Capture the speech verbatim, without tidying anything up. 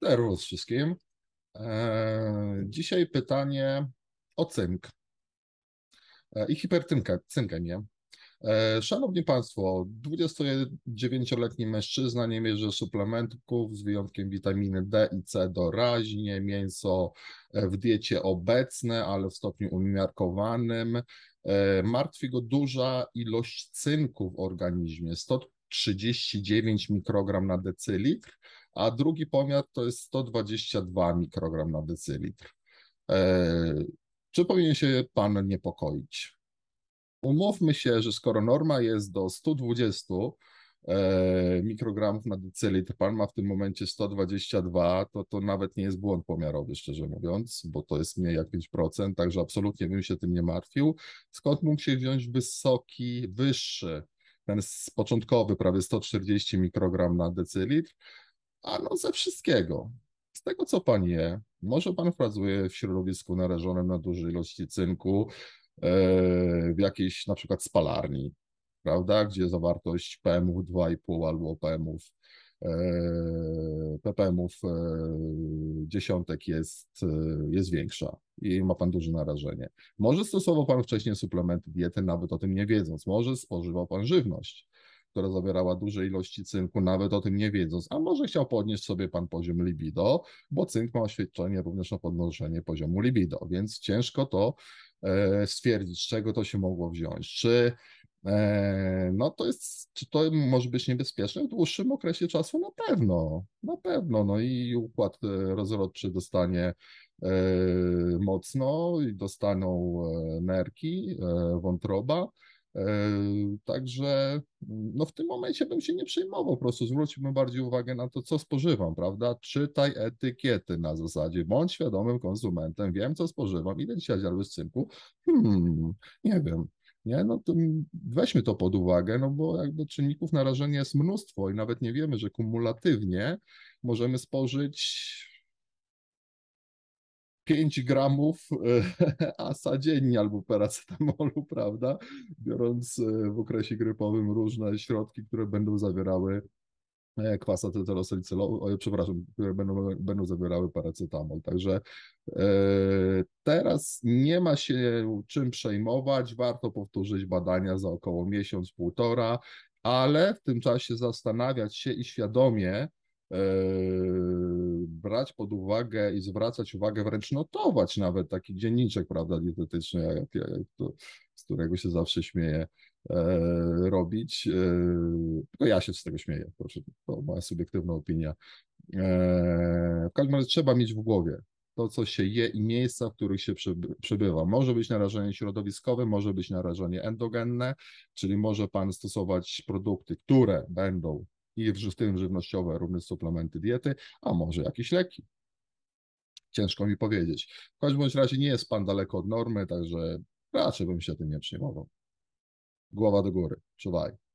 Serwus wszystkim. E, Dzisiaj pytanie o cynk e, i hipercynkemię. E, Szanowni Państwo, dwudziestodziewięcioletni mężczyzna nie bierze suplementów z wyjątkiem witaminy D i C doraźnie, mięso e, w diecie obecne, ale w stopniu umiarkowanym. E, Martwi go duża ilość cynku w organizmie, sto trzydzieści dziewięć mikrogram na decylitr, a drugi pomiar to jest sto dwadzieścia dwa mikrogram na decylitr. E, Czy powinien się Pan niepokoić? Umówmy się, że skoro norma jest do stu dwudziestu e, mikrogramów na decylitr, pan ma w tym momencie sto dwadzieścia dwa, to to nawet nie jest błąd pomiarowy, szczerze mówiąc, bo to jest mniej jak pięć procent, także absolutnie bym się tym nie martwił. Skąd mógł się wziąć wysoki, wyższy, ten z- początkowy, prawie sto czterdzieści mikrogram na decylitr? A no ze wszystkiego. Z tego, co pan je, może pan pracuje w środowisku narażonym na duże ilości cynku, e, w jakiejś na przykład spalarni, prawda, gdzie zawartość P M ów dwa i pół albo P M ów, e, P P M ów e, dziesiątek jest, e, jest większa i ma pan duże narażenie. Może stosował pan wcześniej suplementy diety, nawet o tym nie wiedząc. Może spożywał pan żywność, która zawierała duże ilości cynku, nawet o tym nie wiedząc, a może chciał podnieść sobie pan poziom libido, bo cynk ma oświadczenie również na podnoszenie poziomu libido, więc ciężko to e, stwierdzić, z czego to się mogło wziąć. Czy e, no to jest, czy to może być niebezpieczne w dłuższym okresie czasu? Na pewno, na pewno. No i układ e, rozrodczy dostanie e, mocno i dostaną e, nerki, e, wątroba. E, Także no w tym momencie bym się nie przejmował, po prostu zwróćmy bardziej uwagę na to, co spożywam, prawda? Czytaj etykiety na zasadzie, bądź świadomym konsumentem, wiem, co spożywam, ile dzisiaj ziarn z cynku, hmm, nie wiem, nie, no to weźmy to pod uwagę, no bo jakby czynników narażenia jest mnóstwo i nawet nie wiemy, że kumulatywnie możemy spożyć pięć gramów e, asa dziennie albo paracetamolu, prawda? Biorąc e, w okresie grypowym różne środki, które będą zawierały e, kwas acetylosalicylową, przepraszam, które będą, będą zawierały paracetamol. Także e, teraz nie ma się czym przejmować, warto powtórzyć badania za około miesiąc, półtora, ale w tym czasie zastanawiać się i świadomie e, brać pod uwagę i zwracać uwagę, wręcz notować nawet taki dzienniczek, prawda, dietetyczny, jak, jak to, z którego się zawsze śmieję, e, robić. E, tylko ja się z tego śmieję, proszę, to moja subiektywna opinia. E, w każdym razie trzeba mieć w głowie to, co się je i miejsca, w których się przeby- przebywa. Może być narażenie środowiskowe, może być narażenie endogenne, czyli może pan stosować produkty, które będą i w w tym żywnościowe, również suplementy diety, a może jakieś leki. Ciężko mi powiedzieć. W każdym bądź razie nie jest pan daleko od normy, także raczej bym się tym nie przejmował. Głowa do góry, czuwaj.